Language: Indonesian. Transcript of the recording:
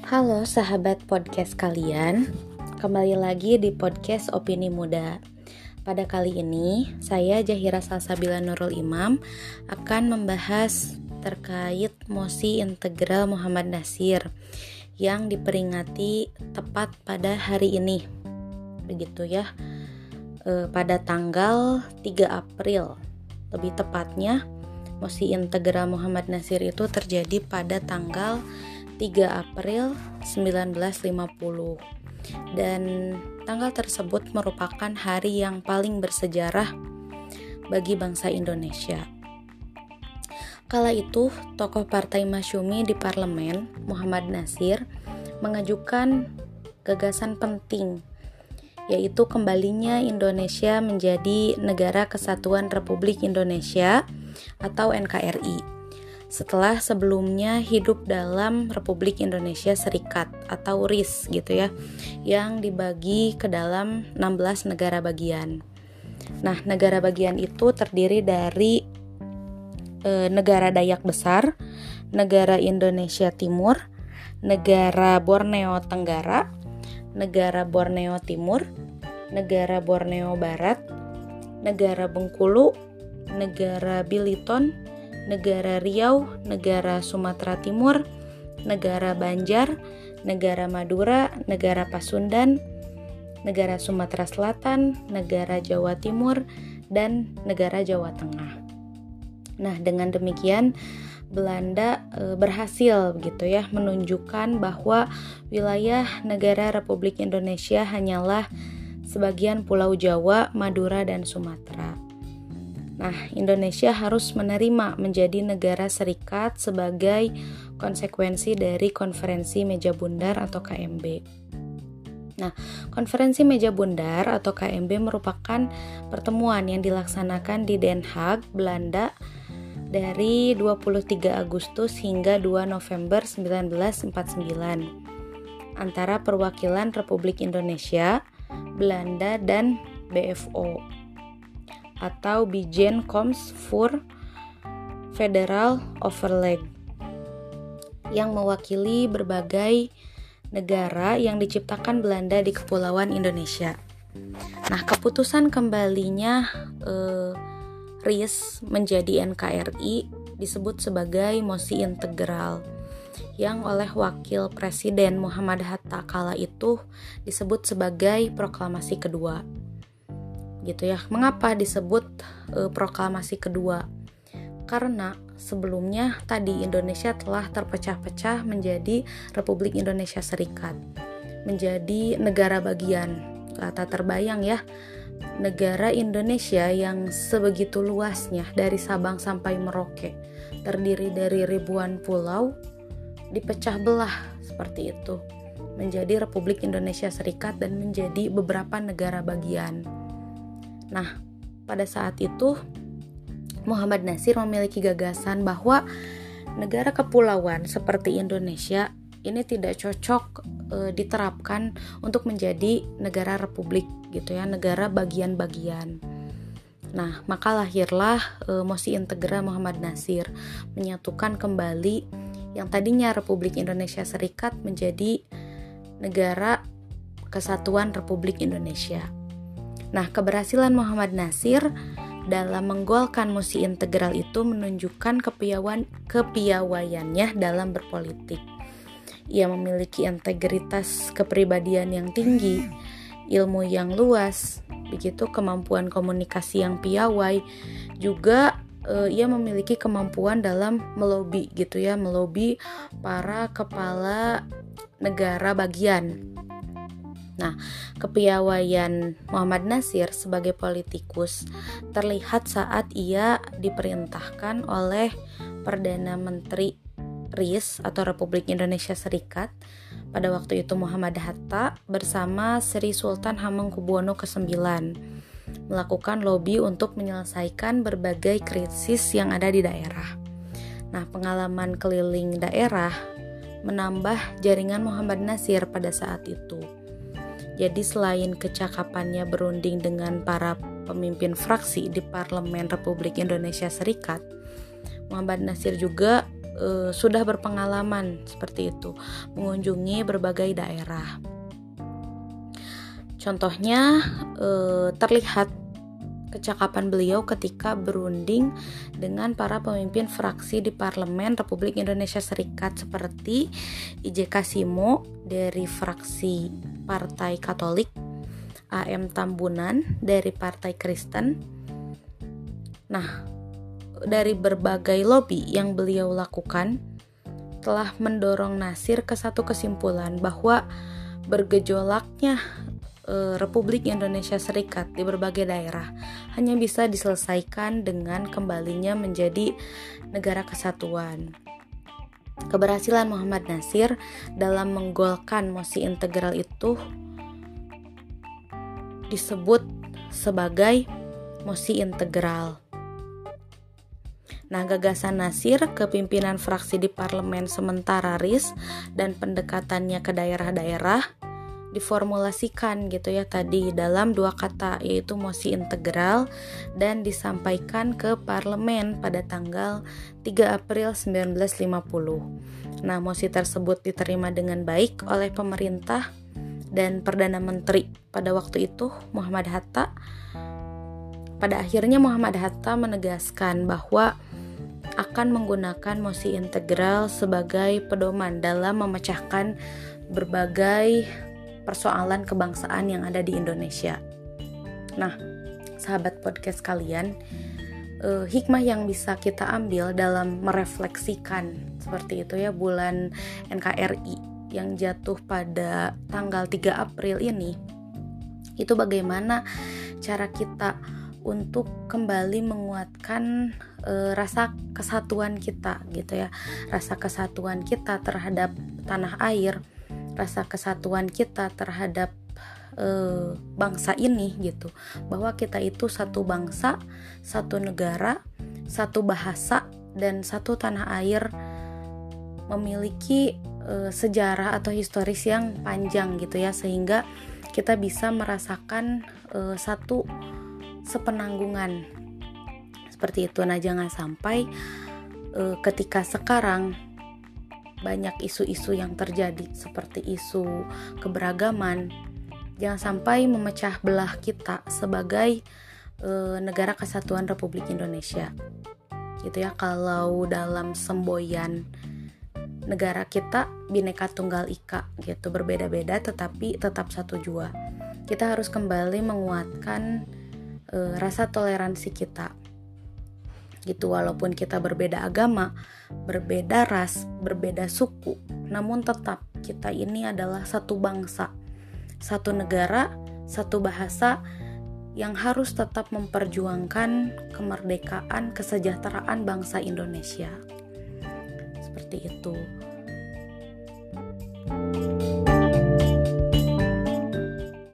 Halo sahabat podcast kalian, kembali lagi di podcast Opini Muda. Pada kali ini, saya Jahira Salsabila Nurul Imam akan membahas terkait mosi integral Muhammad Natsir yang diperingati tepat pada hari ini. Begitu ya, pada tanggal 3 April. Lebih tepatnya, mosi integral Muhammad Natsir itu terjadi pada tanggal 3 April 1950 dan tanggal tersebut merupakan hari yang paling bersejarah bagi bangsa Indonesia. Kala itu, tokoh Partai Masyumi di parlemen, Muhammad Natsir, mengajukan gagasan penting, yaitu kembalinya Indonesia menjadi Negara Kesatuan Republik Indonesia atau NKRI. Setelah sebelumnya hidup dalam Republik Indonesia Serikat atau RIS gitu ya, yang dibagi ke dalam 16 negara bagian. Nah, negara bagian itu terdiri dari negara Dayak Besar, negara Indonesia Timur, negara Borneo Tenggara, negara Borneo Timur, negara Borneo Barat, negara Bengkulu, negara Biliton, negara Riau, negara Sumatera Timur, negara Banjar, negara Madura, negara Pasundan, negara Sumatera Selatan, negara Jawa Timur, dan negara Jawa Tengah. Nah, dengan demikian Belanda berhasil begitu ya menunjukkan bahwa wilayah negara Republik Indonesia hanyalah sebagian Pulau Jawa, Madura, dan Sumatera. Nah, Indonesia harus menerima menjadi negara serikat sebagai konsekuensi dari Konferensi Meja Bundar atau KMB. Nah, Konferensi Meja Bundar atau KMB merupakan pertemuan yang dilaksanakan di Den Haag, Belanda dari 23 Agustus hingga 2 November 1949 antara perwakilan Republik Indonesia, Belanda, dan BFO atau Bijeenkomst voor Federal Overleg yang mewakili berbagai negara yang diciptakan Belanda di Kepulauan Indonesia. Nah, keputusan kembalinya RIS menjadi NKRI disebut sebagai mosi integral yang oleh Wakil Presiden Muhammad Hatta kala itu disebut sebagai proklamasi kedua. Gitu ya. Mengapa disebut proklamasi kedua? Karena sebelumnya tadi Indonesia telah terpecah-pecah menjadi Republik Indonesia Serikat, menjadi negara bagian. Tak terbayang ya, negara Indonesia yang sebegitu luasnya dari Sabang sampai Merauke, terdiri dari ribuan pulau, dipecah belah seperti itu, menjadi Republik Indonesia Serikat dan menjadi beberapa negara bagian. Nah, pada saat itu Muhammad Natsir memiliki gagasan bahwa negara kepulauan seperti Indonesia ini tidak cocok diterapkan untuk menjadi negara republik gitu ya, negara bagian-bagian. Nah, maka lahirlah mosi integral Muhammad Natsir menyatukan kembali yang tadinya Republik Indonesia Serikat menjadi Negara Kesatuan Republik Indonesia. Nah, keberhasilan Muhammad Natsir dalam menggolkan mosi integral itu menunjukkan kepiawaiannya dalam berpolitik. Ia memiliki integritas kepribadian yang tinggi, ilmu yang luas, begitu kemampuan komunikasi yang piawai, juga ia memiliki kemampuan dalam melobi gitu ya, melobi para kepala negara bagian. Nah, kepiawaian Muhammad Natsir sebagai politikus terlihat saat ia diperintahkan oleh Perdana Menteri RIS atau Republik Indonesia Serikat pada waktu itu Muhammad Hatta bersama Sri Sultan Hamengkubuwono ke-9 melakukan lobi untuk menyelesaikan berbagai krisis yang ada di daerah. Nah, pengalaman keliling daerah menambah jaringan Muhammad Natsir pada saat itu. Jadi selain kecakapannya berunding dengan para pemimpin fraksi di Parlemen Republik Indonesia Serikat, Muhammad Natsir juga sudah berpengalaman seperti itu, mengunjungi berbagai daerah. Contohnya terlihat kecakapan beliau ketika berunding dengan para pemimpin fraksi di Parlemen Republik Indonesia Serikat seperti I.J. Kasimo dari fraksi Partai Katolik, A.M. Tambunan dari Partai Kristen. Nah, dari berbagai lobby yang beliau lakukan telah mendorong Nasir ke satu kesimpulan bahwa bergejolaknya Republik Indonesia Serikat di berbagai daerah hanya bisa diselesaikan dengan kembalinya menjadi negara kesatuan. Keberhasilan Muhammad Nasir dalam menggolkan mosi integral itu disebut sebagai mosi integral. Nah, gagasan Nasir, kepimpinan fraksi di parlemen sementara RIS dan pendekatannya ke daerah-daerah diformulasikan gitu ya tadi dalam dua kata, yaitu mosi integral, dan disampaikan ke parlemen pada tanggal 3 April 1950. Nah, mosi tersebut diterima dengan baik oleh pemerintah dan Perdana Menteri pada waktu itu Muhammad Hatta. Pada akhirnya Muhammad Hatta menegaskan bahwa akan menggunakan mosi integral sebagai pedoman dalam memecahkan berbagai persoalan kebangsaan yang ada di Indonesia. Nah, sahabat podcast kalian, hikmah yang bisa kita ambil dalam merefleksikan seperti itu ya bulan NKRI yang jatuh pada tanggal 3 April ini, itu bagaimana cara kita untuk kembali menguatkan rasa kesatuan kita gitu ya, rasa kesatuan kita terhadap tanah air, rasa kesatuan kita terhadap bangsa ini gitu, bahwa kita itu satu bangsa, satu negara, satu bahasa, dan satu tanah air memiliki sejarah atau historis yang panjang gitu ya, sehingga kita bisa merasakan satu sepenanggungan seperti itu. Nah, jangan sampai ketika sekarang banyak isu-isu yang terjadi seperti isu keberagaman, jangan sampai memecah belah kita sebagai negara kesatuan Republik Indonesia gitu ya. Kalau dalam semboyan negara kita Bhinneka Tunggal Ika gitu, berbeda-beda tetapi tetap satu jua. Kita harus kembali menguatkan rasa toleransi kita gitu, walaupun kita berbeda agama, berbeda ras, berbeda suku, namun tetap kita ini adalah satu bangsa, satu negara, satu bahasa yang harus tetap memperjuangkan kemerdekaan, kesejahteraan bangsa Indonesia. Seperti itu.